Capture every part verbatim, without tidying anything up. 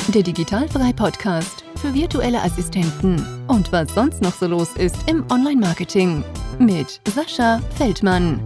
der Digitalfrei-Podcast für virtuelle Assistenten und was sonst noch so los ist im Online-Marketing mit Sascha Feldmann.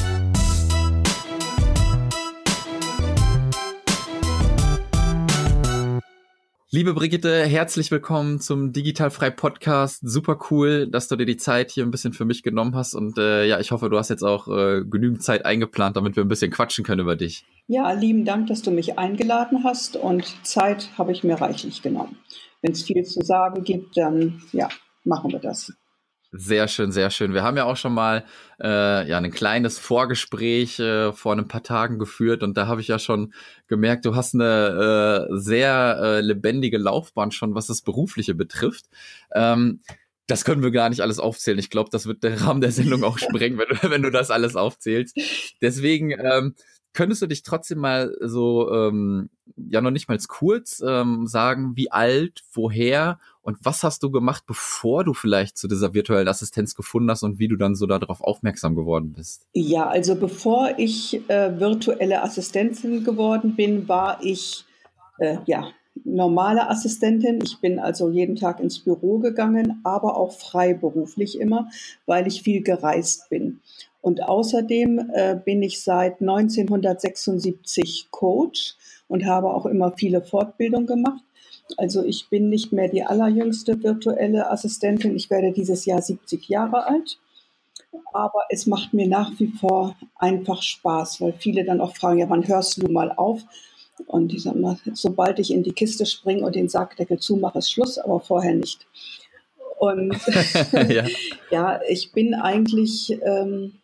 Liebe Brigitte, herzlich willkommen zum Digitalfrei Podcast. Super cool, dass du dir die Zeit hier ein bisschen für mich genommen hast. Und äh, ja, ich hoffe, du hast jetzt auch äh, genügend Zeit eingeplant, damit wir ein bisschen quatschen können über dich. Ja, lieben Dank, dass du mich eingeladen hast. Und Zeit habe ich mir reichlich genommen. Wenn es viel zu sagen gibt, dann ja, machen wir das. Sehr schön, sehr schön. Wir haben ja auch schon mal äh, ja ein kleines Vorgespräch äh, vor ein paar Tagen geführt und da habe ich ja schon gemerkt, du hast eine äh, sehr äh, lebendige Laufbahn schon, was das Berufliche betrifft. Ähm, das können wir gar nicht alles aufzählen. Ich glaube, das wird den Rahmen der Sendung auch sprengen, wenn du, wenn du das alles aufzählst. Deswegen ähm, könntest du dich trotzdem mal so, ähm, ja noch nicht mal kurz ähm, sagen, wie alt, woher und was hast du gemacht, bevor du vielleicht zu dieser virtuellen Assistenz gefunden hast und wie du dann so darauf aufmerksam geworden bist? Ja, also bevor ich äh, virtuelle Assistentin geworden bin, war ich äh, ja normale Assistentin. Ich bin also jeden Tag ins Büro gegangen, aber auch freiberuflich immer, weil ich viel gereist bin. Und außerdem äh, bin ich seit neunzehnhundertsechsundsiebzig Coach und habe auch immer viele Fortbildungen gemacht. Also ich bin nicht mehr die allerjüngste virtuelle Assistentin. Ich werde dieses Jahr siebzig Jahre alt. Aber es macht mir nach wie vor einfach Spaß, weil viele dann auch fragen, ja, wann hörst du mal auf? Und ich sage mal, sobald ich in die Kiste springe und den Sargdeckel zumache, ist Schluss, aber vorher nicht. Und ja. ja, ich bin eigentlich ähm,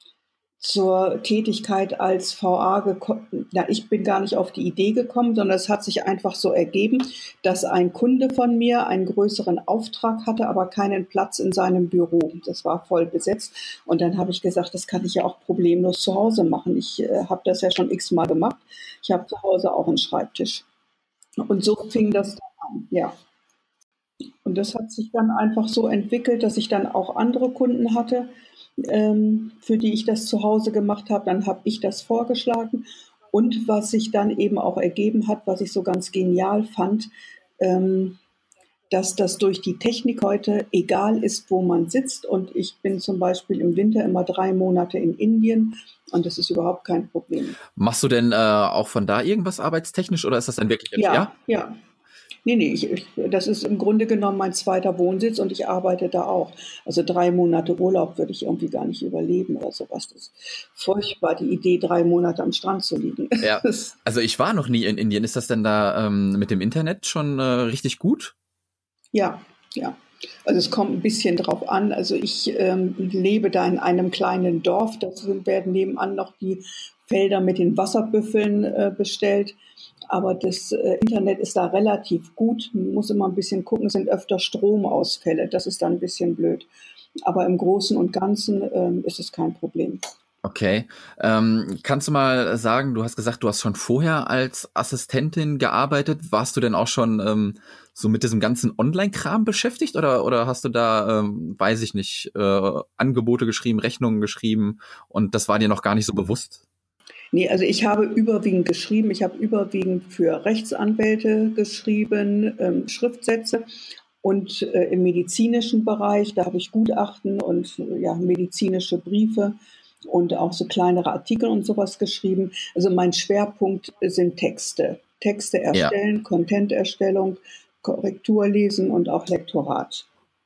zur Tätigkeit als V A gekommen. Ja, ich bin gar nicht auf die Idee gekommen, sondern es hat sich einfach so ergeben, dass ein Kunde von mir einen größeren Auftrag hatte, aber keinen Platz in seinem Büro. Das war voll besetzt. Und dann habe ich gesagt, das kann ich ja auch problemlos zu Hause machen. Ich äh, habe das ja schon x-mal gemacht. Ich habe zu Hause auch einen Schreibtisch. Und so fing das dann an, ja. Und das hat sich dann einfach so entwickelt, dass ich dann auch andere Kunden hatte, ähm, für die ich das zu Hause gemacht habe. Dann habe ich das vorgeschlagen. Und was sich dann eben auch ergeben hat, was ich so ganz genial fand, ähm, dass das durch die Technik heute egal ist, wo man sitzt. Und ich bin zum Beispiel im Winter immer drei Monate in Indien und das ist überhaupt kein Problem. Machst du denn äh, auch von da irgendwas arbeitstechnisch oder ist das dann wirklich ein Ja, ja. ja. Nee, nee, ich, ich, das ist im Grunde genommen mein zweiter Wohnsitz und ich arbeite da auch. Also drei Monate Urlaub würde ich irgendwie gar nicht überleben oder sowas. Das ist furchtbar, die Idee, drei Monate am Strand zu liegen. Ja, also ich war noch nie in Indien. Ist das denn da ähm, mit dem Internet schon äh, richtig gut? Ja, ja. Also es kommt ein bisschen drauf an. Also ich ähm, lebe da in einem kleinen Dorf. Da werden nebenan noch die Felder mit den Wasserbüffeln äh, bestellt. Aber das äh, Internet ist da relativ gut. Man muss immer ein bisschen gucken, es sind öfter Stromausfälle. Das ist dann ein bisschen blöd. Aber im Großen und Ganzen ähm, ist es kein Problem. Okay. Ähm, kannst du mal sagen, du hast gesagt, du hast schon vorher als Assistentin gearbeitet. Warst du denn auch schon ähm, so mit diesem ganzen Online-Kram beschäftigt? Oder, oder hast du da, ähm, weiß ich nicht, äh, Angebote geschrieben, Rechnungen geschrieben und das war dir noch gar nicht so bewusst? Nee, also ich habe überwiegend geschrieben. Ich habe überwiegend für Rechtsanwälte geschrieben, ähm, Schriftsätze. Und äh, im medizinischen Bereich, da habe ich Gutachten und äh, ja, medizinische Briefe und auch so kleinere Artikel und sowas geschrieben. Also mein Schwerpunkt sind Texte. Texte erstellen, ja. Content-Erstellung, Korrektur lesen und auch Lektorat.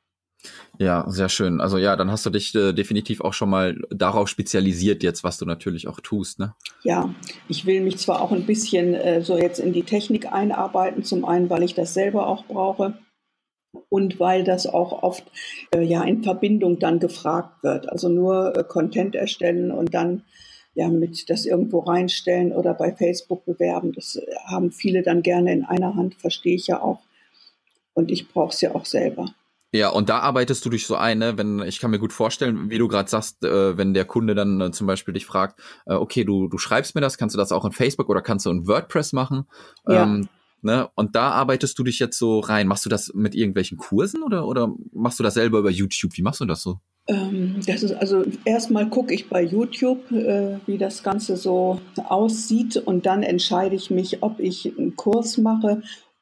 Ja, sehr schön. Also ja, dann hast du dich äh, definitiv auch schon mal darauf spezialisiert jetzt, was du natürlich auch tust, ne? Ja, ich will mich zwar auch ein bisschen äh, so jetzt in die Technik einarbeiten, zum einen, weil ich das selber auch brauche und weil das auch oft äh, ja in Verbindung dann gefragt wird. Also nur äh, Content erstellen und dann ja mit das irgendwo reinstellen oder bei Facebook bewerben. Das äh, haben viele dann gerne in einer Hand, verstehe ich ja auch. Und ich brauche es ja auch selber. Ja, und da arbeitest du dich so ein, ne? Wenn, ich kann mir gut vorstellen, wie du gerade sagst, äh, wenn der Kunde dann äh, zum Beispiel dich fragt, äh, okay, du du schreibst mir das, kannst du das auch in Facebook oder kannst du in WordPress machen? Ja. Ähm, ne? Und da arbeitest du dich jetzt so rein. Machst du das mit irgendwelchen Kursen oder, oder machst du das selber über YouTube? Wie machst du das so? Ähm, das ist also erstmal gucke ich bei YouTube, äh, wie das Ganze so aussieht und dann entscheide ich mich, ob ich einen Kurs mache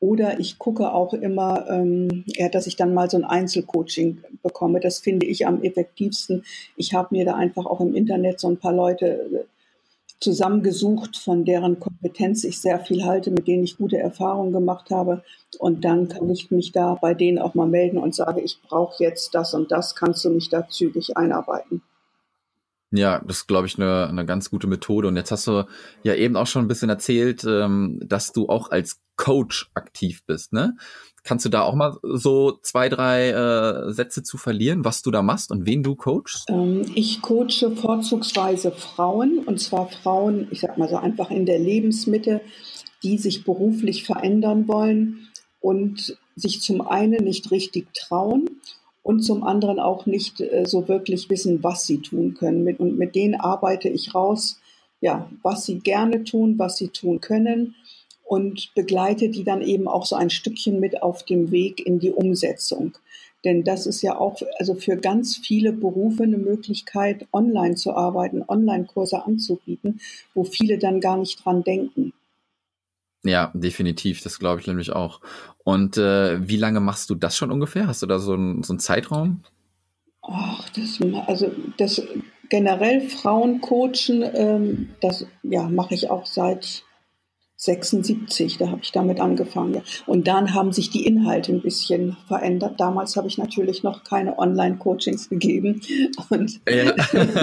Oder ich gucke auch immer, ähm, ja, dass ich dann mal so ein Einzelcoaching bekomme. Das finde ich am effektivsten. Ich habe mir da einfach auch im Internet so ein paar Leute zusammengesucht, von deren Kompetenz ich sehr viel halte, mit denen ich gute Erfahrungen gemacht habe. Und dann kann ich mich da bei denen auch mal melden und sage, ich brauche jetzt das und das, kannst du mich da zügig einarbeiten? Ja, das ist, glaube ich, eine, eine ganz gute Methode. Und jetzt hast du ja eben auch schon ein bisschen erzählt, ähm, dass du auch als Coach aktiv bist, ne? Kannst du da auch mal so zwei, drei äh, Sätze zu verlieren, was du da machst und wen du coachst? Ähm, ich coache vorzugsweise Frauen, und zwar Frauen, ich sag mal so einfach in der Lebensmitte, die sich beruflich verändern wollen und sich zum einen nicht richtig trauen und zum anderen auch nicht äh, so wirklich wissen, was sie tun können. Mit, und mit denen arbeite ich raus, ja, was sie gerne tun, was sie tun können, und begleite die dann eben auch so ein Stückchen mit auf dem Weg in die Umsetzung. Denn das ist ja auch also für ganz viele Berufe eine Möglichkeit, online zu arbeiten, Online-Kurse anzubieten, wo viele dann gar nicht dran denken. Ja, definitiv, das glaube ich nämlich auch. Und äh, wie lange machst du das schon ungefähr? Hast du da so einen so einen Zeitraum? Ach, das, also das generell Frauen coachen, ähm, das ja, mache ich auch seit sechsundsiebzig, da habe ich damit angefangen. Ja. Und dann haben sich die Inhalte ein bisschen verändert. Damals habe ich natürlich noch keine Online-Coachings gegeben. Und Ja.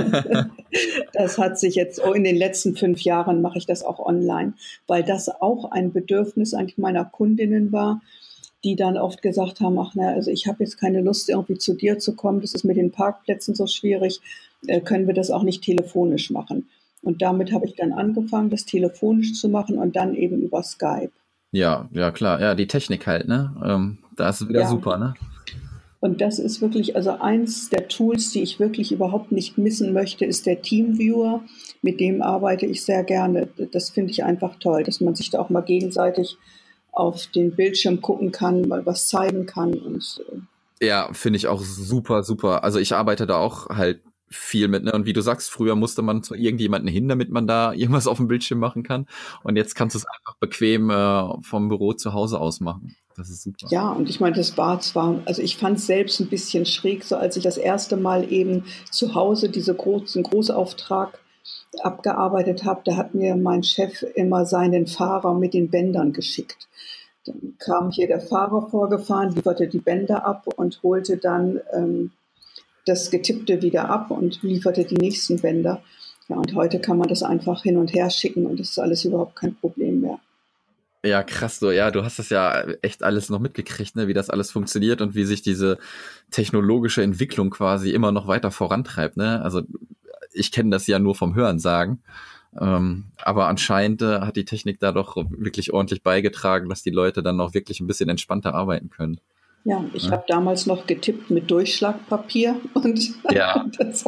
das hat sich jetzt, oh, in den letzten fünf Jahren mache ich das auch online, weil das auch ein Bedürfnis eigentlich meiner Kundinnen war, die dann oft gesagt haben, ach na, also ich habe jetzt keine Lust, irgendwie zu dir zu kommen, das ist mit den Parkplätzen so schwierig, äh, können wir das auch nicht telefonisch machen. Und damit habe ich dann angefangen, das telefonisch zu machen und dann eben über Skype. Ja, ja, klar. Ja, die Technik halt, ne? Ähm, da ist es wieder Ja, super, ne? und das ist wirklich, also eins der Tools, die ich wirklich überhaupt nicht missen möchte, ist der Teamviewer. Mit dem arbeite ich sehr gerne. Das finde ich einfach toll, dass man sich da auch mal gegenseitig auf den Bildschirm gucken kann, mal was zeigen kann. Und Ja, finde ich auch super, super. Also ich arbeite da auch halt viel mit, ne? Und wie du sagst, früher musste man zu irgendjemanden hin, damit man da irgendwas auf dem Bildschirm machen kann. Und jetzt kannst du es einfach bequem äh, vom Büro zu Hause aus machen. Das ist super. ja, und ich meine, das war zwar, also ich fand es selbst ein bisschen schräg, so als ich das erste Mal eben zu Hause diese großen Großauftrag abgearbeitet habe, da hat mir mein Chef immer seinen Fahrer mit den Bändern geschickt. Dann kam hier der Fahrer vorgefahren, lieferte die Bänder ab und holte dann ähm, das Getippte wieder ab und lieferte die nächsten Bänder. Ja, und heute kann man das einfach hin und her schicken und das ist alles überhaupt kein Problem mehr. Ja, krass, so, ja, du hast das ja echt alles noch mitgekriegt, ne, wie das alles funktioniert und wie sich diese technologische Entwicklung quasi immer noch weiter vorantreibt, ne? Also ich kenne das ja nur vom Hörensagen, ähm, aber anscheinend äh, hat die Technik da doch wirklich ordentlich beigetragen, dass die Leute dann noch wirklich ein bisschen entspannter arbeiten können. Ja, ich Ne? habe damals noch getippt mit Durchschlagpapier und Ja, das,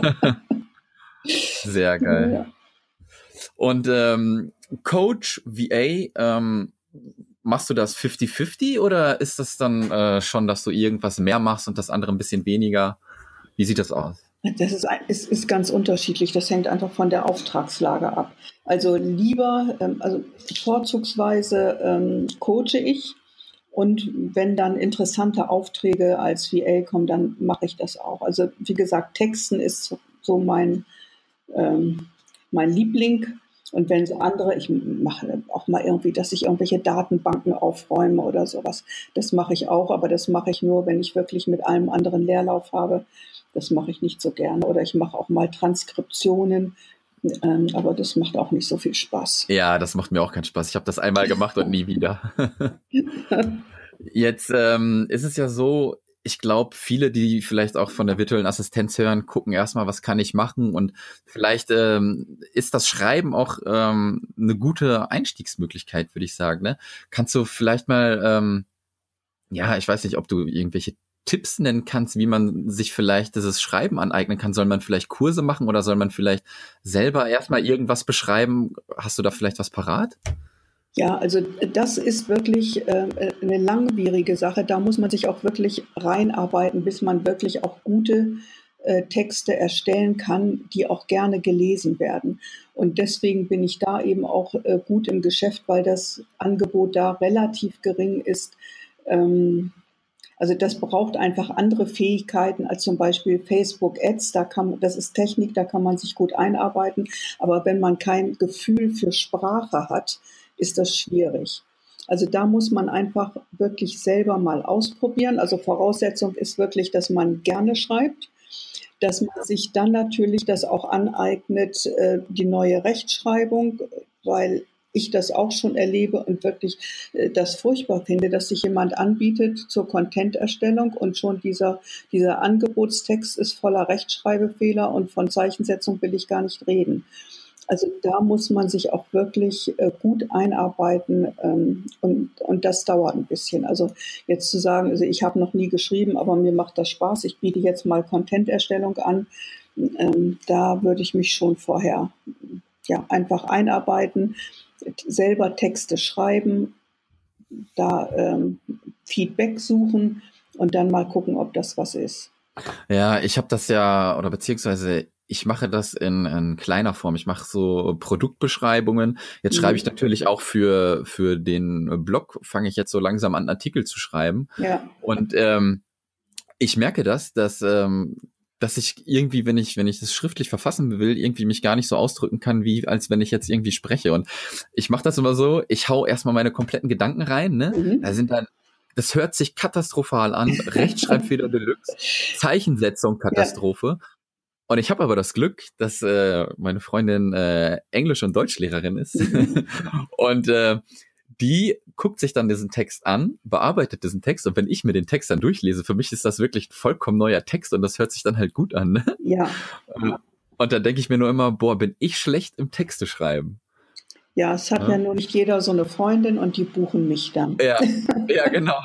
sehr geil. ja. Und ähm, Coach, V A, ähm, machst du das fifty fifty oder ist das dann äh, schon, dass du irgendwas mehr machst und das andere ein bisschen weniger? Wie sieht das aus? Das ist, ist, ist ganz unterschiedlich. Das hängt einfach von der Auftragslage ab. Also lieber, ähm, also vorzugsweise ähm, coache ich. Und wenn dann interessante Aufträge als V A kommen, dann mache ich das auch. Also wie gesagt, Texten ist so mein, ähm, mein Liebling. Und wenn so andere, ich mache auch mal irgendwie, dass ich irgendwelche Datenbanken aufräume oder sowas. Das mache ich auch, aber das mache ich nur, wenn ich wirklich mit allem anderen Leerlauf habe. Das mache ich nicht so gerne. Oder ich mache auch mal Transkriptionen, ähm, aber das macht auch nicht so viel Spaß. Ja, das macht mir auch keinen Spaß. Ich habe das einmal gemacht und nie wieder. Jetzt ähm, ist es ja so, ich glaube, viele, die vielleicht auch von der virtuellen Assistenz hören, gucken erstmal, was kann ich machen, und vielleicht ähm, ist das Schreiben auch ähm, eine gute Einstiegsmöglichkeit, würde ich sagen. Ne? Kannst du vielleicht mal, ähm, ja, ich weiß nicht, ob du irgendwelche Tipps nennen kannst, wie man sich vielleicht dieses Schreiben aneignen kann. Soll man vielleicht Kurse machen oder soll man vielleicht selber erstmal irgendwas beschreiben? Hast du da vielleicht was parat? Ja, also das ist wirklich äh, eine langwierige Sache. Da muss man sich auch wirklich reinarbeiten, bis man wirklich auch gute äh, Texte erstellen kann, die auch gerne gelesen werden. Und deswegen bin ich da eben auch äh, gut im Geschäft, weil das Angebot da relativ gering ist. Ähm, also das braucht einfach andere Fähigkeiten als zum Beispiel Facebook Ads. Da kann, das ist Technik, da kann man sich gut einarbeiten. Aber wenn man kein Gefühl für Sprache hat, ist das schwierig. Also da muss man einfach wirklich selber mal ausprobieren. Also Voraussetzung ist wirklich, dass man gerne schreibt, dass man sich dann natürlich das auch aneignet, äh, die neue Rechtschreibung, weil ich das auch schon erlebe und wirklich äh, das furchtbar finde, dass sich jemand anbietet zur Content-Erstellung und schon dieser, dieser Angebotstext ist voller Rechtschreibfehler und von Zeichensetzung will ich gar nicht reden. Also da muss man sich auch wirklich äh, gut einarbeiten ähm, und, und das dauert ein bisschen. Also jetzt zu sagen, also ich habe noch nie geschrieben, aber mir macht das Spaß, ich biete jetzt mal Content-Erstellung an, ähm, da würde ich mich schon vorher ja, einfach einarbeiten, selber Texte schreiben, da ähm, Feedback suchen und dann mal gucken, ob das was ist. Ja, ich habe das ja, oder beziehungsweise ich mache das in, in kleiner Form. Ich mache so Produktbeschreibungen. Jetzt mhm. schreibe ich natürlich auch für für den Blog, fange ich jetzt so langsam an, Artikel zu schreiben. Ja. Und ähm, ich merke das, dass ähm, dass ich irgendwie, wenn ich wenn ich das schriftlich verfassen will, irgendwie mich gar nicht so ausdrücken kann, wie als wenn ich jetzt irgendwie spreche. Und ich mache das immer so, ich hau erstmal meine kompletten Gedanken rein, ne? Mhm. Da sind dann Das hört sich katastrophal an. Rechtschreibfehler Deluxe, Zeichensetzung Katastrophe. Ja. Und ich habe aber das Glück, dass äh, meine Freundin äh, Englisch- und Deutschlehrerin ist. Mhm. und äh, die guckt sich dann diesen Text an, bearbeitet diesen Text. Und wenn ich mir den Text dann durchlese, für mich ist das wirklich ein vollkommen neuer Text. Und das hört sich dann halt gut an. Ne? Ja. Und dann denke ich mir nur immer, boah, bin ich schlecht im Texte schreiben. Ja, es hat ja. ja nur nicht jeder so eine Freundin und die buchen mich dann. Ja, ja genau.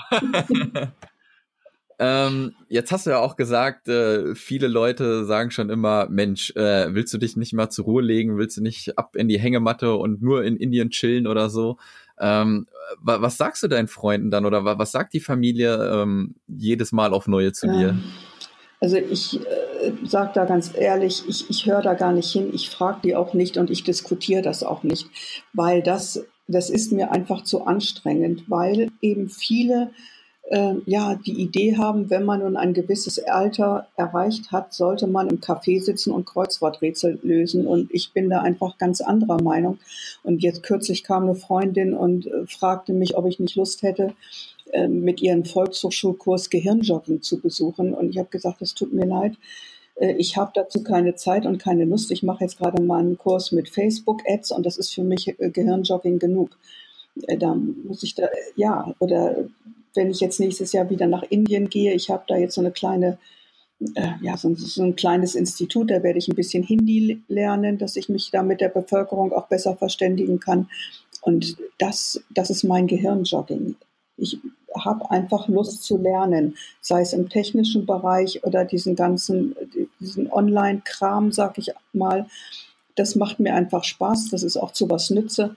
ähm, jetzt hast du ja auch gesagt, äh, viele Leute sagen schon immer, Mensch, äh, willst du dich nicht mal zur Ruhe legen? Willst du nicht ab in die Hängematte und nur in Indien chillen oder so? Ähm, was sagst du deinen Freunden dann oder was sagt die Familie ähm, jedes Mal auf Neue zu dir? Ähm, also ich äh, sage da ganz ehrlich, ich, ich höre da gar nicht hin, ich frage die auch nicht und ich diskutiere das auch nicht, weil das, das ist mir einfach zu anstrengend, weil eben viele äh, ja die Idee haben, wenn man nun ein gewisses Alter erreicht hat, sollte man im Café sitzen und Kreuzworträtsel lösen und ich bin da einfach ganz anderer Meinung. Und jetzt kürzlich kam eine Freundin und äh, fragte mich, ob ich nicht Lust hätte, mit ihren Volkshochschulkurs Gehirnjogging zu besuchen. Und ich habe gesagt, es tut mir leid, ich habe dazu keine Zeit und keine Lust. Ich mache jetzt gerade mal einen Kurs mit Facebook-Ads und das ist für mich Gehirnjogging genug. Da muss ich da, ja, oder wenn ich jetzt nächstes Jahr wieder nach Indien gehe, ich habe da jetzt so eine kleine, ja, so ein, so ein kleines Institut, da werde ich ein bisschen Hindi lernen, dass ich mich da mit der Bevölkerung auch besser verständigen kann. Und das, das ist mein Gehirnjogging. Ich habe einfach Lust zu lernen, sei es im technischen Bereich oder diesen ganzen, diesen Online-Kram, sag ich mal. Das macht mir einfach Spaß, das ist auch zu was nütze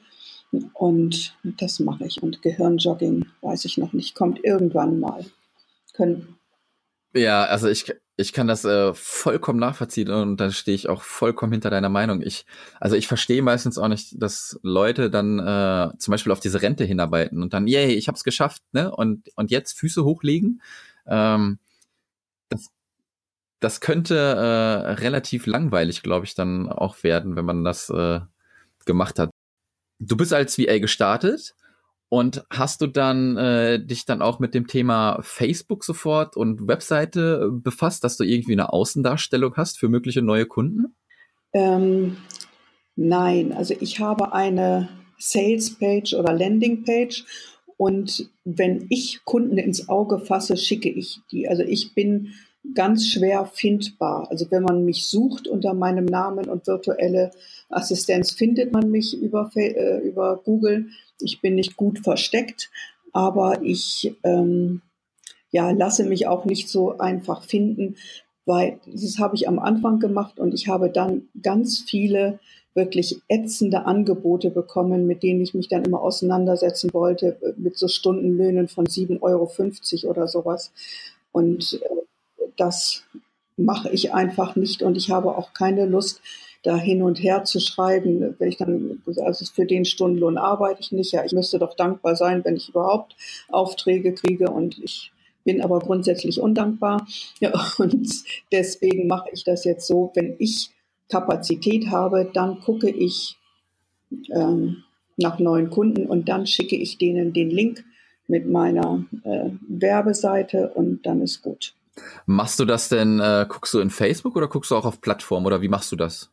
und das mache ich. Und Gehirnjogging, weiß ich noch nicht, kommt irgendwann mal. Können. Ja, also ich, ich kann das äh, vollkommen nachvollziehen und da stehe ich auch vollkommen hinter deiner Meinung. Ich, also ich verstehe meistens auch nicht, dass Leute dann äh, zum Beispiel auf diese Rente hinarbeiten und dann, yay, ich hab's geschafft, ne? Und und jetzt Füße hochlegen. Ähm, das, das könnte äh, relativ langweilig, glaube ich, dann auch werden, wenn man das äh, gemacht hat. Du bist als V A gestartet. Und hast du dann äh, dich dann auch mit dem Thema Facebook sofort und Webseite befasst, dass du irgendwie eine Außendarstellung hast für mögliche neue Kunden? Ähm, nein, also ich habe eine Sales-Page oder Landing-Page und wenn ich Kunden ins Auge fasse, schicke ich die. Also ich bin ganz schwer findbar. Also wenn man mich sucht unter meinem Namen und virtuelle Assistenz, findet man mich über, äh, über Google. Ich bin nicht gut versteckt, aber ich ähm, ja, lasse mich auch nicht so einfach finden, weil das habe ich am Anfang gemacht und ich habe dann ganz viele wirklich ätzende Angebote bekommen, mit denen ich mich dann immer auseinandersetzen wollte, mit so Stundenlöhnen von sieben Euro fünfzig oder sowas. Und das mache ich einfach nicht und ich habe auch keine Lust, da hin und her zu schreiben, wenn ich dann, also für den Stundenlohn arbeite ich nicht, ja, ich müsste doch dankbar sein, wenn ich überhaupt Aufträge kriege und ich bin aber grundsätzlich undankbar. Ja, und deswegen mache ich das jetzt so, wenn ich Kapazität habe, dann gucke ich ähm, nach neuen Kunden und dann schicke ich denen den Link mit meiner äh, Werbeseite und dann ist gut. Machst du das denn, äh, guckst du in Facebook oder guckst du auch auf Plattformen oder wie machst du das?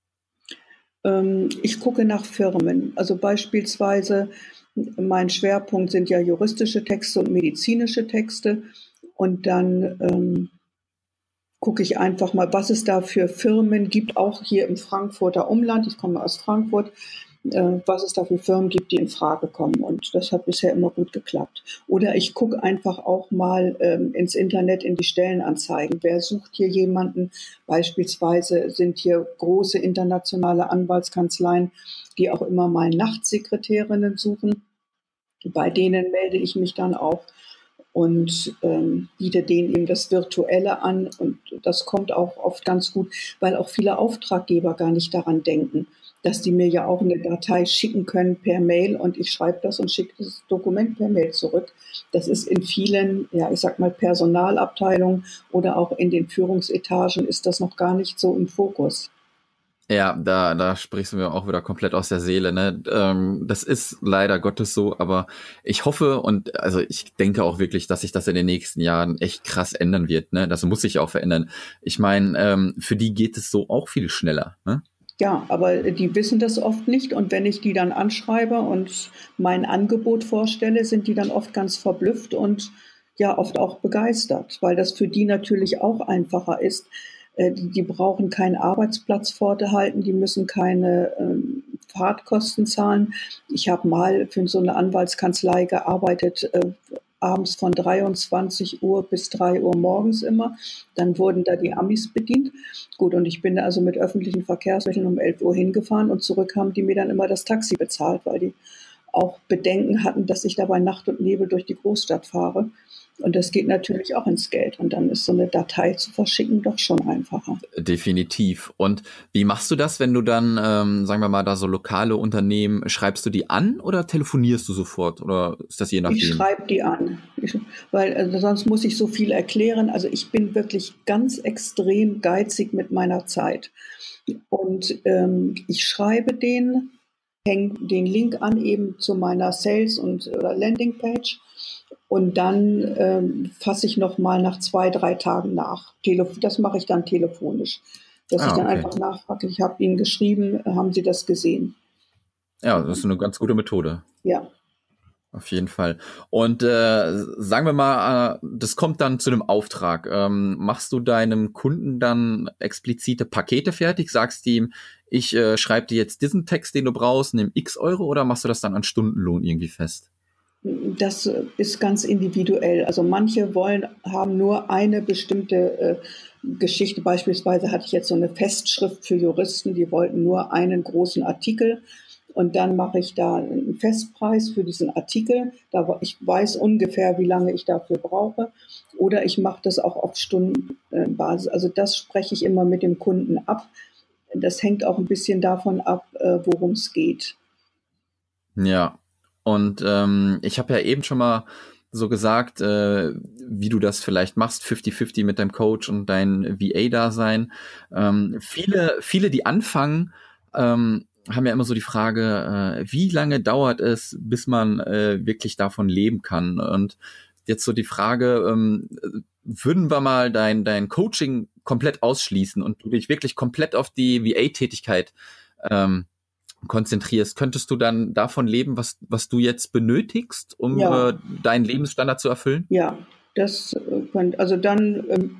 Ähm, ich gucke nach Firmen. Also beispielsweise, mein Schwerpunkt sind ja juristische Texte und medizinische Texte. Und dann ähm, gucke ich einfach mal, was es da für Firmen gibt, auch hier im Frankfurter Umland. Ich komme aus Frankfurt. Äh, was es da für Firmen gibt, die in Frage kommen. Und das hat bisher immer gut geklappt. Oder ich gucke einfach auch mal ähm, ins Internet in die Stellenanzeigen. Wer sucht hier jemanden? Beispielsweise sind hier große internationale Anwaltskanzleien, die auch immer mal Nachtsekretärinnen suchen. Bei denen melde ich mich dann auch und ähm, biete denen eben das Virtuelle an. Und das kommt auch oft ganz gut, weil auch viele Auftraggeber gar nicht daran denken, dass die mir ja auch eine Datei schicken können per Mail und ich schreibe das und schicke das Dokument per Mail zurück. Das ist in vielen, ja, ich sag mal Personalabteilungen oder auch in den Führungsetagen ist das noch gar nicht so im Fokus. Ja, da, da sprichst du mir auch wieder komplett aus der Seele, ne? Ähm, das ist leider Gottes so, aber ich hoffe und also ich denke auch wirklich, dass sich das in den nächsten Jahren echt krass ändern wird, ne? Das muss sich auch verändern. Ich meine, ähm, für die geht es so auch viel schneller, ne? Ja, aber die wissen das oft nicht und wenn ich die dann anschreibe und mein Angebot vorstelle, sind die dann oft ganz verblüfft und ja oft auch begeistert, weil das für die natürlich auch einfacher ist. Äh, die, die brauchen keinen Arbeitsplatz vorzuhalten, die müssen keine ähm, Fahrtkosten zahlen. Ich habe mal für so eine Anwaltskanzlei gearbeitet, äh, abends von dreiundzwanzig Uhr bis drei Uhr morgens immer. Dann wurden da die Amis bedient. Gut, und ich bin also mit öffentlichen Verkehrsmitteln um elf Uhr hingefahren und zurück haben die mir dann immer das Taxi bezahlt, weil die auch Bedenken hatten, dass ich da bei Nacht und Nebel durch die Großstadt fahre. Und das geht natürlich auch ins Geld. Und dann ist so eine Datei zu verschicken doch schon einfacher. Definitiv. Und wie machst du das, wenn du dann, ähm, sagen wir mal, da so lokale Unternehmen, schreibst du die an oder telefonierst du sofort? Oder ist das je nachdem? Ich schreibe die an, ich, weil also sonst muss ich so viel erklären. Also ich bin wirklich ganz extrem geizig mit meiner Zeit. Und ähm, ich schreibe den, hänge den Link an eben zu meiner Sales- und oder Landingpage. Und dann ähm, fasse ich nochmal nach zwei, drei Tagen nach. Telef- das mache ich dann telefonisch. Dass Ah, ich dann okay. einfach nachfrage, ich habe Ihnen geschrieben, haben Sie das gesehen? Ja, das ist eine ganz gute Methode. Ja. Auf jeden Fall. Und äh, sagen wir mal, äh, das kommt dann zu einem Auftrag. Ähm, machst du deinem Kunden dann explizite Pakete fertig? Sagst ihm, ich äh, schreibe dir jetzt diesen Text, den du brauchst, nimm X Euro oder machst du das dann an Stundenlohn irgendwie fest? Das ist ganz individuell. Also manche wollen, haben nur eine bestimmte äh, Geschichte. Beispielsweise hatte ich jetzt so eine Festschrift für Juristen, die wollten nur einen großen Artikel. Und dann mache ich da einen Festpreis für diesen Artikel. Da ich weiß ungefähr, wie lange ich dafür brauche. Oder ich mache das auch auf Stundenbasis. Also das spreche ich immer mit dem Kunden ab. Das hängt auch ein bisschen davon ab, worum es geht. Ja, und ähm, ich habe ja eben schon mal so gesagt, äh, wie du das vielleicht machst, fünfzig fünfzig mit deinem Coach und dein V A-Dasein. Ähm, viele, viele, die anfangen, ähm, haben ja immer so die Frage, äh, wie lange dauert es, bis man äh, wirklich davon leben kann? Und jetzt so die Frage, ähm, würden wir mal dein, dein Coaching komplett ausschließen und du dich wirklich komplett auf die V A-Tätigkeit ähm, konzentrierst, könntest du dann davon leben, was, was du jetzt benötigst, um Ja. äh, deinen Lebensstandard zu erfüllen? Ja, das äh, könnte, also dann, ähm,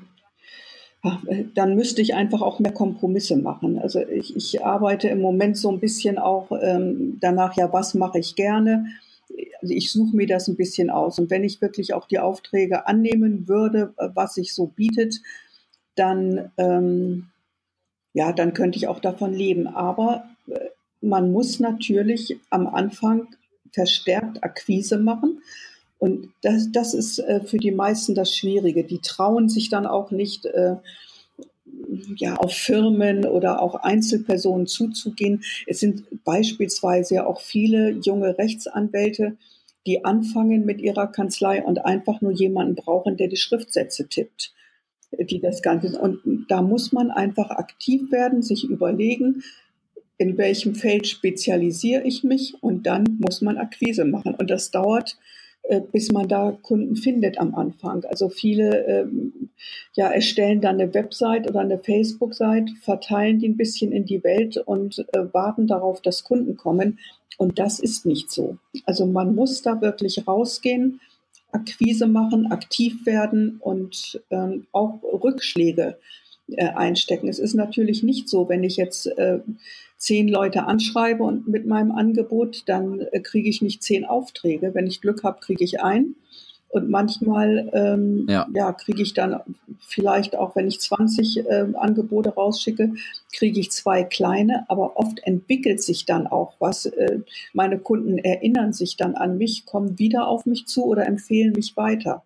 dann müsste ich einfach auch mehr Kompromisse machen. Also ich, ich arbeite im Moment so ein bisschen auch ähm, danach, ja, was mache ich gerne? Also ich suche mir das ein bisschen aus. Und wenn ich wirklich auch die Aufträge annehmen würde, was sich so bietet, dann, ähm, ja, dann könnte ich auch davon leben. Aber äh, man muss natürlich am Anfang verstärkt Akquise machen. Und das, das ist äh, für die meisten das Schwierige. Die trauen sich dann auch nicht, äh, ja, auf Firmen oder auch Einzelpersonen zuzugehen. Es sind beispielsweise ja auch viele junge Rechtsanwälte, die anfangen mit ihrer Kanzlei und einfach nur jemanden brauchen, der die Schriftsätze tippt, die das Ganze. Und da muss man einfach aktiv werden, sich überlegen, in welchem Feld spezialisiere ich mich, und dann muss man Akquise machen. Und das dauert, äh, bis man da Kunden findet am Anfang. Also viele ähm, ja, erstellen dann eine Website oder eine Facebook-Seite, verteilen die ein bisschen in die Welt und äh, warten darauf, dass Kunden kommen. Und das ist nicht so. Also man muss da wirklich rausgehen, Akquise machen, aktiv werden und ähm, auch Rückschläge äh, einstecken. Es ist natürlich nicht so, wenn ich jetzt äh, zehn Leute anschreibe und mit meinem Angebot, dann äh, kriege ich nicht zehn Aufträge. Wenn ich Glück habe, kriege ich einen. Und manchmal ähm, Ja. ja, kriege ich dann vielleicht auch, wenn ich zwanzig äh, Angebote rausschicke, kriege ich zwei kleine. Aber oft entwickelt sich dann auch was. Äh, meine Kunden erinnern sich dann an mich, kommen wieder auf mich zu oder empfehlen mich weiter.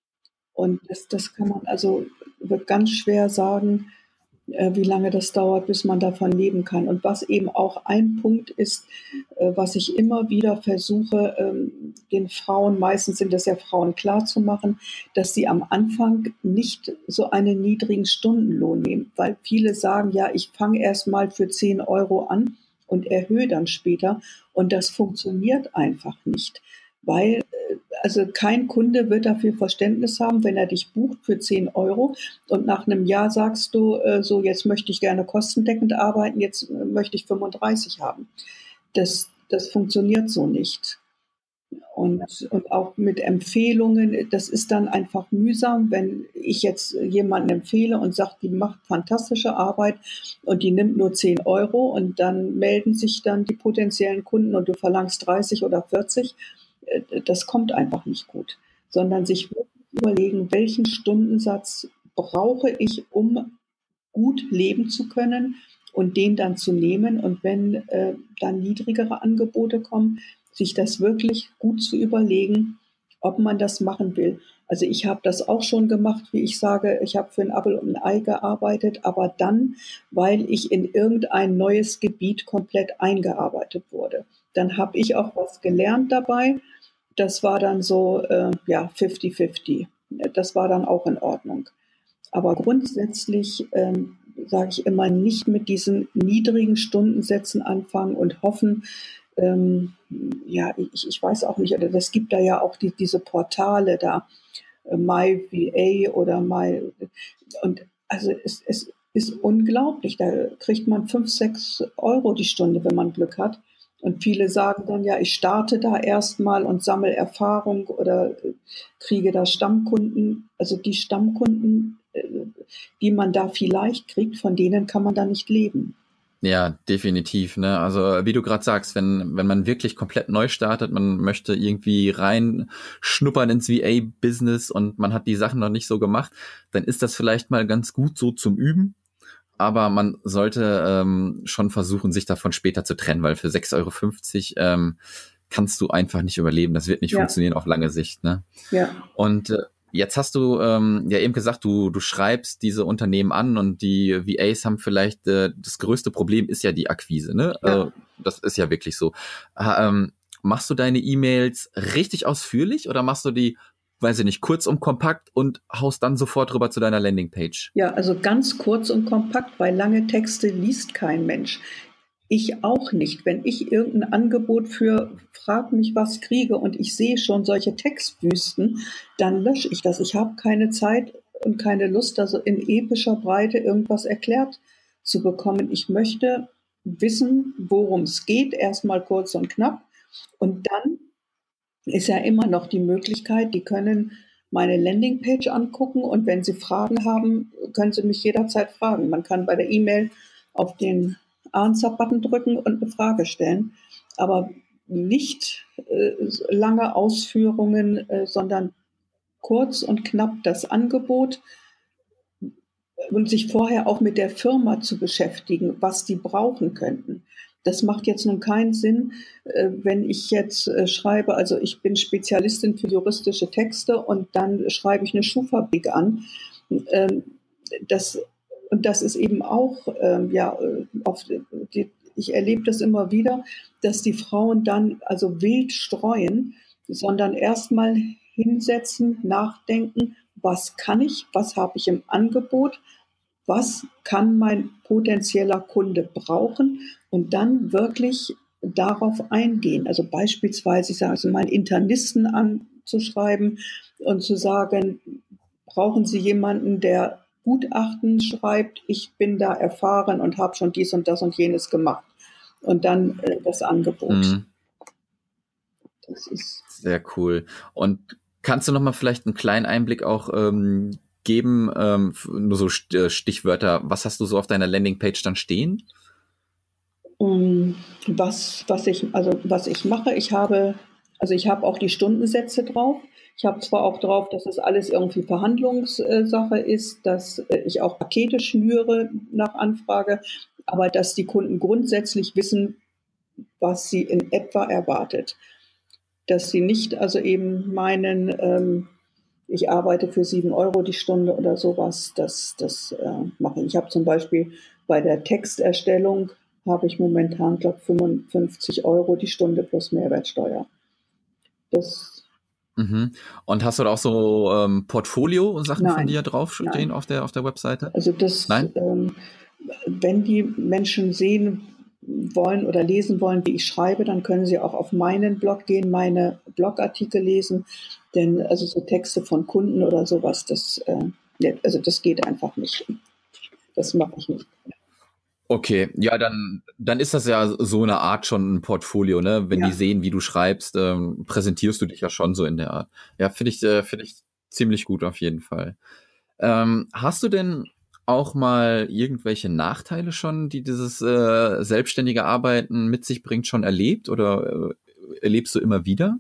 Und das, das kann man also wird ganz schwer sagen, äh, wie lange das dauert, bis man davon leben kann. Und was eben auch ein Punkt ist, äh, was ich immer wieder versuche, ähm, den Frauen, meistens sind das ja Frauen, klarzumachen, dass sie am Anfang nicht so einen niedrigen Stundenlohn nehmen, weil viele sagen, ja, ich fange erst mal für zehn Euro an und erhöhe dann später. Und das funktioniert einfach nicht, weil also kein Kunde wird dafür Verständnis haben, wenn er dich bucht für zehn Euro und nach einem Jahr sagst du, äh, so jetzt möchte ich gerne kostendeckend arbeiten, jetzt äh, möchte ich fünfunddreißig haben. Das, das funktioniert so nicht. Und, und auch mit Empfehlungen, das ist dann einfach mühsam, wenn ich jetzt jemanden empfehle und sage, die macht fantastische Arbeit und die nimmt nur zehn Euro, und dann melden sich dann die potenziellen Kunden und du verlangst dreißig oder vierzig. Das kommt einfach nicht gut, sondern sich wirklich überlegen, welchen Stundensatz brauche ich, um gut leben zu können, und den dann zu nehmen. Und wenn äh, dann niedrigere Angebote kommen, sich das wirklich gut zu überlegen, ob man das machen will. Also ich habe das auch schon gemacht, wie ich sage, ich habe für ein Apfel und ein Ei gearbeitet, aber dann, weil ich in irgendein neues Gebiet komplett eingearbeitet wurde. Dann habe ich auch was gelernt dabei. Das war dann so, äh, ja, fifty fifty. Das war dann auch in Ordnung. Aber grundsätzlich ähm, sage ich immer, nicht mit diesen niedrigen Stundensätzen anfangen und hoffen, ähm, ja, ich, ich weiß auch nicht, es gibt da ja auch die, diese Portale da, äh, MyVA oder My, und also es, es ist unglaublich, da kriegt man fünf, sechs Euro die Stunde, wenn man Glück hat. Und viele sagen dann, ja, ich starte da erstmal und sammle Erfahrung oder kriege da Stammkunden. Also die Stammkunden, die man da vielleicht kriegt, von denen kann man da nicht leben. Ja, definitiv, ne? Also wie du gerade sagst, wenn wenn man wirklich komplett neu startet, man möchte irgendwie rein schnuppern ins V A-Business und man hat die Sachen noch nicht so gemacht, dann ist das vielleicht mal ganz gut so zum Üben. Aber man sollte ähm, schon versuchen, sich davon später zu trennen, weil für sechs Euro fünfzig ähm, kannst du einfach nicht überleben. Das wird nicht Ja. funktionieren auf lange Sicht. Ne? Ja. Und äh, jetzt hast du ähm, ja eben gesagt, du du schreibst diese Unternehmen an und die V As haben vielleicht, äh, das größte Problem ist ja die Akquise. Ne? Ja. Also, das ist ja wirklich so. Äh, ähm, machst du deine E-Mails richtig ausführlich oder machst du die, weiß ich nicht, kurz und kompakt und haust dann sofort rüber zu deiner Landingpage? Ja, also ganz kurz und kompakt, weil lange Texte liest kein Mensch. Ich auch nicht. Wenn ich irgendein Angebot für frag mich was kriege und ich sehe schon solche Textwüsten, dann lösche ich das. Ich habe keine Zeit und keine Lust, also in epischer Breite irgendwas erklärt zu bekommen. Ich möchte wissen, worum es geht, erstmal kurz und knapp. Und dann ist ja immer noch die Möglichkeit, die können meine Landingpage angucken und wenn sie Fragen haben, können sie mich jederzeit fragen. Man kann bei der E-Mail auf den Answer-Button drücken und eine Frage stellen, aber nicht äh, lange Ausführungen, äh, sondern kurz und knapp das Angebot und sich vorher auch mit der Firma zu beschäftigen, was die brauchen könnten. Das macht jetzt nun keinen Sinn, äh, wenn ich jetzt äh, schreibe, also ich bin Spezialistin für juristische Texte und dann schreibe ich eine Schuhfabrik an. Ähm, das und das ist eben auch, ähm, ja, auf die, ich erlebe das immer wieder, dass die Frauen dann also wild streuen, sondern erstmal hinsetzen, nachdenken, was kann ich, was habe ich im Angebot, was kann mein potenzieller Kunde brauchen und dann wirklich darauf eingehen. Also beispielsweise, ich sage, also meinen Internisten anzuschreiben und zu sagen, brauchen Sie jemanden, der Gutachten schreibt? Ich bin da erfahren und habe schon dies und das und jenes gemacht. Und dann äh, das Angebot. Mhm. Das ist Sehr cool. Und kannst du noch mal vielleicht einen kleinen Einblick auch ähm, geben, ähm, nur so Stichwörter, was hast du so auf deiner Landingpage dann stehen? um, was, was ich, also was ich mache. Ich habe, also ich habe auch die Stundensätze drauf. Ich habe zwar auch drauf, dass es alles irgendwie Verhandlungssache ist, dass äh, ich auch Pakete schnüre nach Anfrage, aber dass die Kunden grundsätzlich wissen, was sie in etwa erwartet. Dass sie nicht also eben meinen, ähm, ich arbeite für sieben Euro die Stunde oder sowas, das, das äh, mache ich. Ich habe zum Beispiel bei der Texterstellung, habe ich momentan, glaube ich, fünfundfünfzig Euro die Stunde plus Mehrwertsteuer. Das, Mhm. Und hast du da auch so ähm, Portfolio-Sachen von nein, dir draufstehen nein. auf der, auf der Webseite? Also das, Nein? ähm, wenn die Menschen sehen wollen oder lesen wollen, wie ich schreibe, dann können sie auch auf meinen Blog gehen, meine Blogartikel lesen. Denn also so Texte von Kunden oder sowas, das, äh, also das geht einfach nicht. Das mache ich nicht. Okay, ja, dann, dann ist das ja so eine Art schon ein Portfolio, ne? Wenn die Ja. sehen, wie du schreibst, ähm, präsentierst du dich ja schon so in der Art. Ja, finde ich, äh, finde ich ziemlich gut auf jeden Fall. Ähm, hast du denn auch mal irgendwelche Nachteile schon, die dieses äh, selbstständige Arbeiten mit sich bringt, schon erlebt oder äh, erlebst du immer wieder?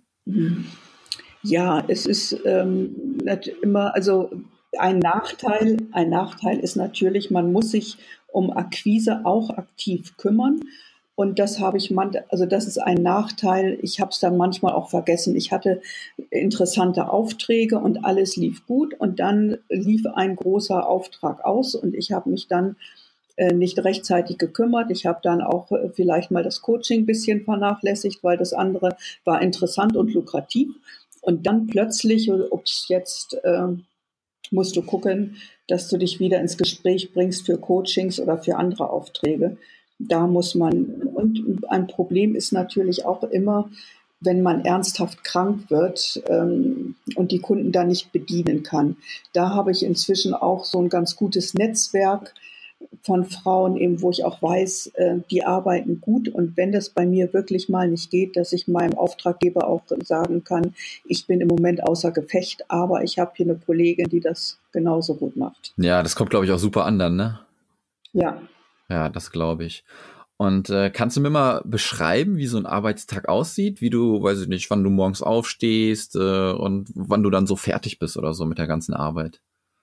Ja, es ist ähm, immer, also ein Nachteil, ein Nachteil ist natürlich, man muss sich um Akquise auch aktiv kümmern. Und das habe ich man, also das ist ein Nachteil. Ich habe es dann manchmal auch vergessen. Ich hatte interessante Aufträge und alles lief gut. Und dann lief ein großer Auftrag aus und ich habe mich dann äh, nicht rechtzeitig gekümmert. Ich habe dann auch äh, vielleicht mal das Coaching ein bisschen vernachlässigt, weil das andere war interessant und lukrativ. Und dann plötzlich, ups, jetzt äh, musst du gucken, dass du dich wieder ins Gespräch bringst für Coachings oder für andere Aufträge. Da muss man, und ein Problem ist natürlich auch immer, wenn man ernsthaft krank wird ähm, und die Kunden da nicht bedienen kann. Da habe ich inzwischen auch so ein ganz gutes Netzwerk von Frauen, eben, wo ich auch weiß, äh, die arbeiten gut. Und wenn das bei mir wirklich mal nicht geht, dass ich meinem Auftraggeber auch sagen kann, ich bin im Moment außer Gefecht, aber ich habe hier eine Kollegin, die das genauso gut macht. Ja, das kommt, glaube ich, auch super an dann, ne? Ja. Ja, das glaube ich. Und äh, kannst du mir mal beschreiben, wie so ein Arbeitstag aussieht? Wie du, weiß ich nicht, wann du morgens aufstehst äh, und wann du dann so fertig bist oder so mit der ganzen Arbeit?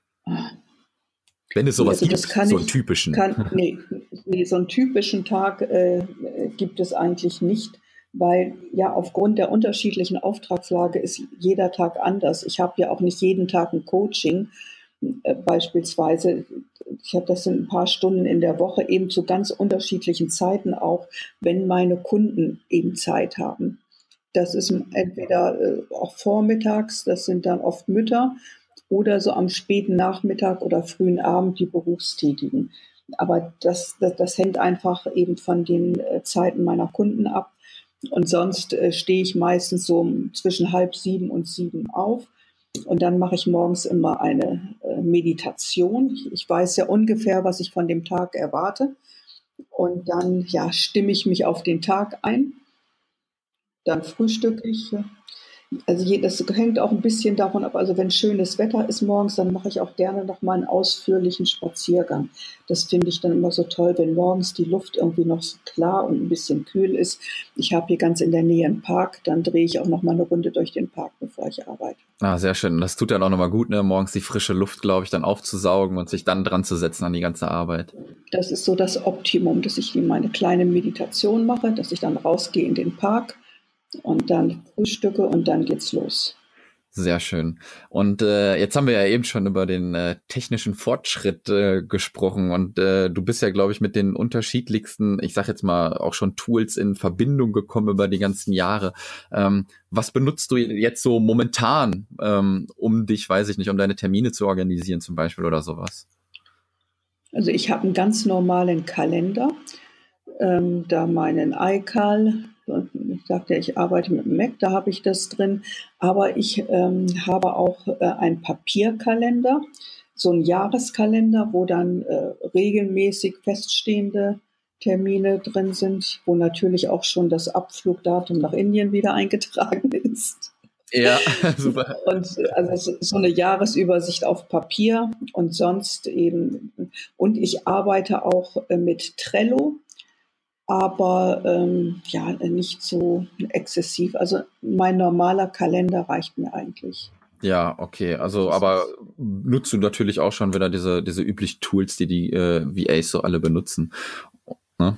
Wenn es Nee, sowas also gibt, das kann so einen ich, typischen. kann, nee, nee, so einen typischen Tag äh, gibt es eigentlich nicht, weil ja aufgrund der unterschiedlichen Auftragslage ist jeder Tag anders. Ich habe ja auch nicht jeden Tag ein Coaching, äh, beispielsweise. Ich habe das sind ein paar Stunden in der Woche, eben zu ganz unterschiedlichen Zeiten auch, wenn meine Kunden eben Zeit haben. Das ist entweder äh, auch vormittags, das sind dann oft Mütter, oder so am späten Nachmittag oder frühen Abend die Berufstätigen. Aber das, das, das hängt einfach eben von den äh, Zeiten meiner Kunden ab. Und sonst äh, stehe ich meistens so zwischen halb sieben und sieben auf. Und dann mache ich morgens immer eine äh, Meditation. Ich, ich weiß ja ungefähr, was ich von dem Tag erwarte. Und dann ja, stimme ich mich auf den Tag ein. Dann frühstücke ich. Also je, das hängt auch ein bisschen davon ab, also wenn schönes Wetter ist morgens, dann mache ich auch gerne noch mal einen ausführlichen Spaziergang. Das finde ich dann immer so toll, wenn morgens die Luft irgendwie noch so klar und ein bisschen kühl ist. Ich habe hier ganz in der Nähe einen Park, dann drehe ich auch noch mal eine Runde durch den Park, bevor ich arbeite. Ah, sehr schön. Und das tut dann auch nochmal gut, ne, morgens die frische Luft, glaube ich, dann aufzusaugen und sich dann dran zu setzen an die ganze Arbeit. Das ist so das Optimum, dass ich wie meine kleine Meditation mache, dass ich dann rausgehe in den Park und dann frühstücke und dann geht's los. Sehr schön. Und äh, jetzt haben wir ja eben schon über den äh, technischen Fortschritt äh, gesprochen und äh, du bist ja, glaube ich, mit den unterschiedlichsten, ich sag jetzt mal, auch schon Tools in Verbindung gekommen über die ganzen Jahre. Ähm, was benutzt du jetzt so momentan, ähm, um dich, weiß ich nicht, um deine Termine zu organisieren zum Beispiel oder sowas? Also ich habe einen ganz normalen Kalender, ähm, da meinen iCal, ich sagte, ich arbeite mit dem Mac, da habe ich das drin, aber ich ähm, habe auch äh, einen Papierkalender, so einen Jahreskalender, wo dann äh, regelmäßig feststehende Termine drin sind, wo natürlich auch schon das Abflugdatum nach Indien wieder eingetragen ist. Ja, super. Und also so eine Jahresübersicht auf Papier und sonst eben, und ich arbeite auch mit Trello, aber ähm, ja, nicht so exzessiv. Also mein normaler Kalender reicht mir eigentlich. Ja, okay. Also, aber nutzt du natürlich auch schon wieder diese, diese üblichen Tools, die die äh, V As so alle benutzen. Ne?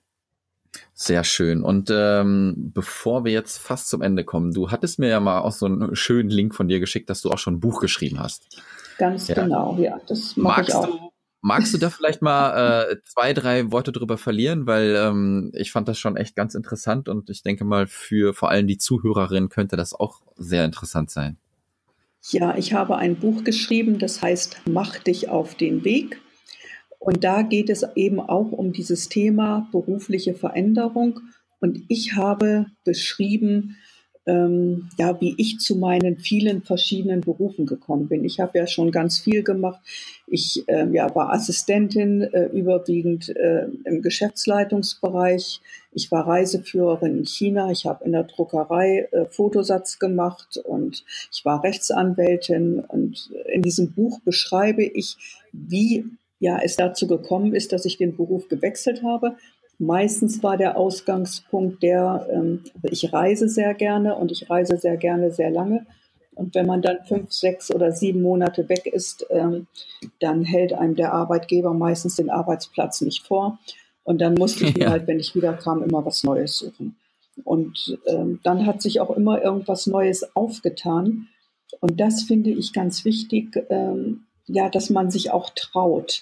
Sehr schön. Und ähm, bevor wir jetzt fast zum Ende kommen, du hattest mir ja mal auch so einen schönen Link von dir geschickt, dass du auch schon ein Buch geschrieben hast. Ganz Ja. genau, ja, das mache ich Magst auch. du, magst du da vielleicht mal äh, zwei, drei Worte drüber verlieren? Weil ähm, ich fand das schon echt ganz interessant und ich denke mal, für vor allem die Zuhörerin könnte das auch sehr interessant sein. Ja, ich habe ein Buch geschrieben, das heißt Mach dich auf den Weg. Und da geht es eben auch um dieses Thema berufliche Veränderung. Und ich habe beschrieben, ähm, ja, wie ich zu meinen vielen verschiedenen Berufen gekommen bin. Ich habe ja schon ganz viel gemacht. Ich äh, ja, war Assistentin, äh, überwiegend äh, im Geschäftsleitungsbereich. Ich war Reiseführerin in China. Ich habe in der Druckerei äh, Fotosatz gemacht und ich war Rechtsanwältin. Und in diesem Buch beschreibe ich, wie ja, es dazu gekommen ist, dass ich den Beruf gewechselt habe. Meistens war der Ausgangspunkt der, ähm, ich reise sehr gerne und ich reise sehr gerne sehr lange. Und wenn man dann fünf, sechs oder sieben Monate weg ist, ähm, dann hält einem der Arbeitgeber meistens den Arbeitsplatz nicht vor. Und dann musste ich mir Ja. halt, wenn ich wiederkam, immer was Neues suchen. Und ähm, dann hat sich auch immer irgendwas Neues aufgetan. Und das finde ich ganz wichtig, ähm, ja, dass man sich auch traut.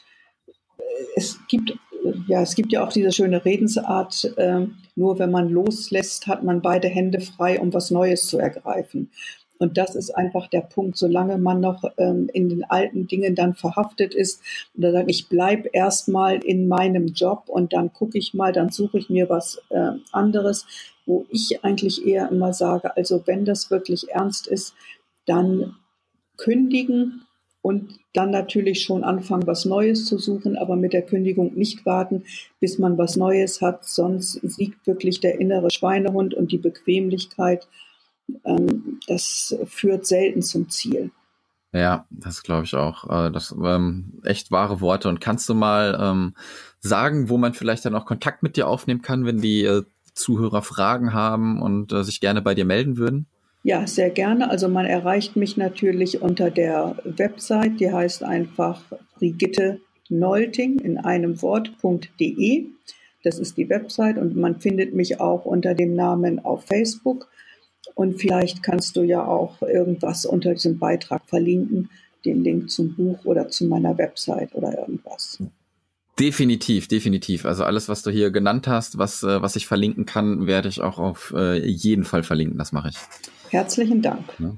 Es gibt, ja, es gibt ja auch diese schöne Redensart, äh, nur wenn man loslässt, hat man beide Hände frei, um was Neues zu ergreifen. Und das ist einfach der Punkt, solange man noch ähm, in den alten Dingen dann verhaftet ist oder sagt, ich bleibe erstmal in meinem Job und dann gucke ich mal, dann suche ich mir was äh, anderes, wo ich eigentlich eher immer sage, also wenn das wirklich ernst ist, dann kündigen und dann natürlich schon anfangen, was Neues zu suchen, aber mit der Kündigung nicht warten, bis man was Neues hat. Sonst siegt wirklich der innere Schweinehund und die Bequemlichkeit. Ähm, das führt selten zum Ziel. Ja, das glaube ich auch. Äh, Das ähm, echt wahre Worte. Und kannst du mal ähm, sagen, wo man vielleicht dann auch Kontakt mit dir aufnehmen kann, wenn die äh, Zuhörer Fragen haben und äh, sich gerne bei dir melden würden? Ja, sehr gerne. Also man erreicht mich natürlich unter der Website, die heißt einfach Brigitte Nolting in einem Wort.de. Das ist die Website und man findet mich auch unter dem Namen auf Facebook. Und vielleicht kannst du ja auch irgendwas unter diesem Beitrag verlinken, den Link zum Buch oder zu meiner Website oder irgendwas. Definitiv, definitiv. Also alles, was du hier genannt hast, was äh, was ich verlinken kann, werde ich auch auf äh, jeden Fall verlinken. Das mache ich. Herzlichen Dank. Ja.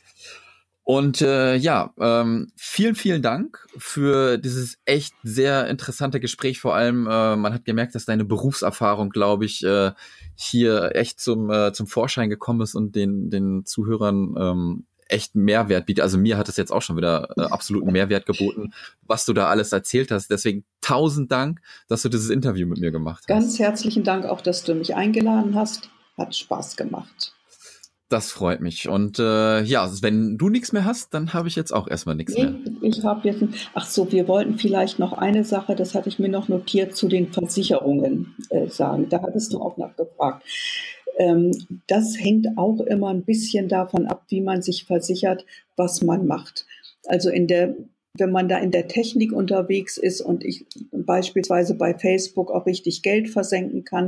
Und äh, ja, ähm, vielen, vielen Dank für dieses echt sehr interessante Gespräch. Vor allem, äh, man hat gemerkt, dass deine Berufserfahrung, glaube ich, äh, hier echt zum äh, zum Vorschein gekommen ist und den den Zuhörern ähm, echt Mehrwert bietet. Also mir hat es jetzt auch schon wieder äh, absoluten Mehrwert geboten, was du da alles erzählt hast. Deswegen tausend Dank, dass du dieses Interview mit mir gemacht hast. Ganz herzlichen Dank auch, dass du mich eingeladen hast. Hat Spaß gemacht. Das freut mich. Und äh, ja, wenn du nichts mehr hast, dann habe ich jetzt auch erstmal nichts mehr. Nee, ich habe jetzt, ach so, wir wollten vielleicht noch eine Sache, das hatte ich mir noch notiert, zu den Versicherungen äh, sagen. Da hattest du auch nachgefragt. Ähm, das hängt auch immer ein bisschen davon ab, wie man sich versichert, was man macht. Also in der, wenn man da in der Technik unterwegs ist und ich beispielsweise bei Facebook auch richtig Geld versenken kann,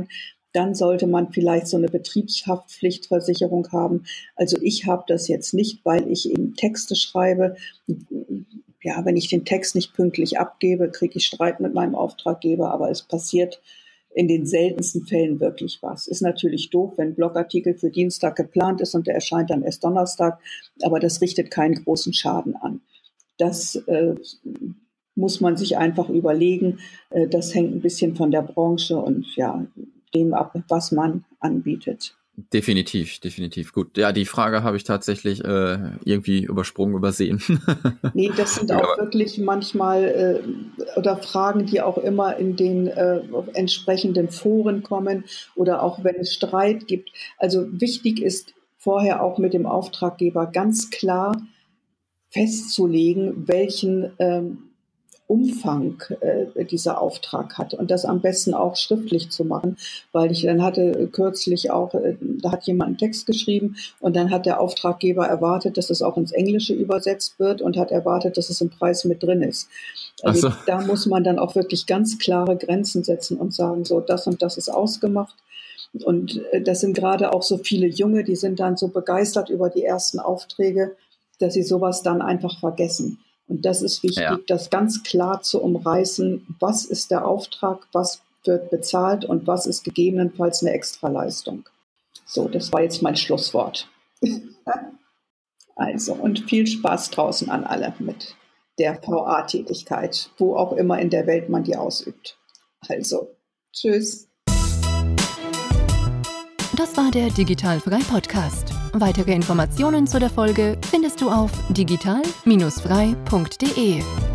dann sollte man vielleicht so eine Betriebshaftpflichtversicherung haben. Also ich habe das jetzt nicht, weil ich eben Texte schreibe. Ja, wenn ich den Text nicht pünktlich abgebe, kriege ich Streit mit meinem Auftraggeber, aber es passiert in den seltensten Fällen wirklich was. Ist natürlich doof, wenn ein Blogartikel für Dienstag geplant ist und der erscheint dann erst Donnerstag, aber das richtet keinen großen Schaden an. Das äh, muss man sich einfach überlegen. Äh, das hängt ein bisschen von der Branche und ja, dem ab, was man anbietet. Definitiv, definitiv. Gut, ja, die Frage habe ich tatsächlich äh, irgendwie übersprungen, übersehen. Nee, das sind auch ja. wirklich manchmal äh, oder Fragen, die auch immer in den äh, entsprechenden Foren kommen oder auch wenn es Streit gibt. Also wichtig ist vorher auch mit dem Auftraggeber ganz klar festzulegen, welchen ähm, Umfang äh, dieser Auftrag hat und das am besten auch schriftlich zu machen, weil ich dann hatte kürzlich auch, äh, da hat jemand einen Text geschrieben und dann hat der Auftraggeber erwartet, dass es auch ins Englische übersetzt wird und hat erwartet, dass es im Preis mit drin ist. Also Ach so. Da muss man dann auch wirklich ganz klare Grenzen setzen und sagen, so das und das ist ausgemacht. Und äh, das sind gerade auch so viele Junge, die sind dann so begeistert über die ersten Aufträge, dass sie sowas dann einfach vergessen. Und das ist wichtig, ja. das ganz klar zu umreißen, was ist der Auftrag, was wird bezahlt und was ist gegebenenfalls eine Extraleistung. So, das war jetzt mein Schlusswort. Also, und viel Spaß draußen an alle mit der V A-Tätigkeit, wo auch immer in der Welt man die ausübt. Also, tschüss. Das war der Digitalfrei-Podcast. Weitere Informationen zu der Folge findest du auf digital Bindestrich frei Punkt de.